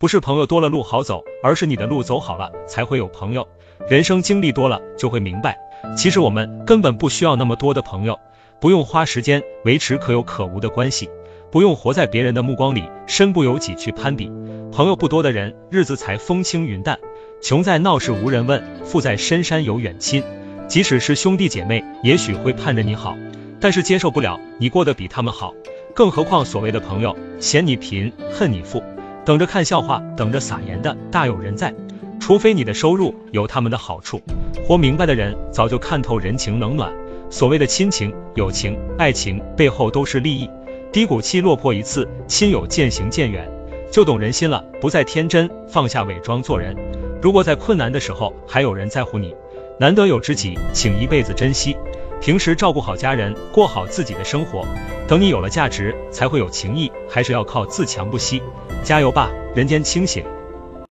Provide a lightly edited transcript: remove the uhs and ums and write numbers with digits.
不是朋友多了路好走，而是你的路走好了才会有朋友。人生经历多了就会明白，其实我们根本不需要那么多的朋友，不用花时间维持可有可无的关系，不用活在别人的目光里身不由己去攀比。朋友不多的人，日子才风轻云淡。穷在闹市无人问，富在深山有远亲。即使是兄弟姐妹，也许会盼着你好，但是接受不了你过得比他们好。更何况所谓的朋友，嫌你贫恨你富，等着看笑话等着撒盐的大有人在。除非你的收入有他们的好处，活明白的人早就看透人情冷暖。所谓的亲情、友情、爱情背后都是利益，低谷期落魄一次，亲友渐行渐远，就懂人心了，不再天真，放下伪装做人。如果在困难的时候还有人在乎你，难得有知己，请一辈子珍惜。平时照顾好家人，过好自己的生活，等你有了价值才会有情谊，还是要靠自强不息。加油吧，人间清醒。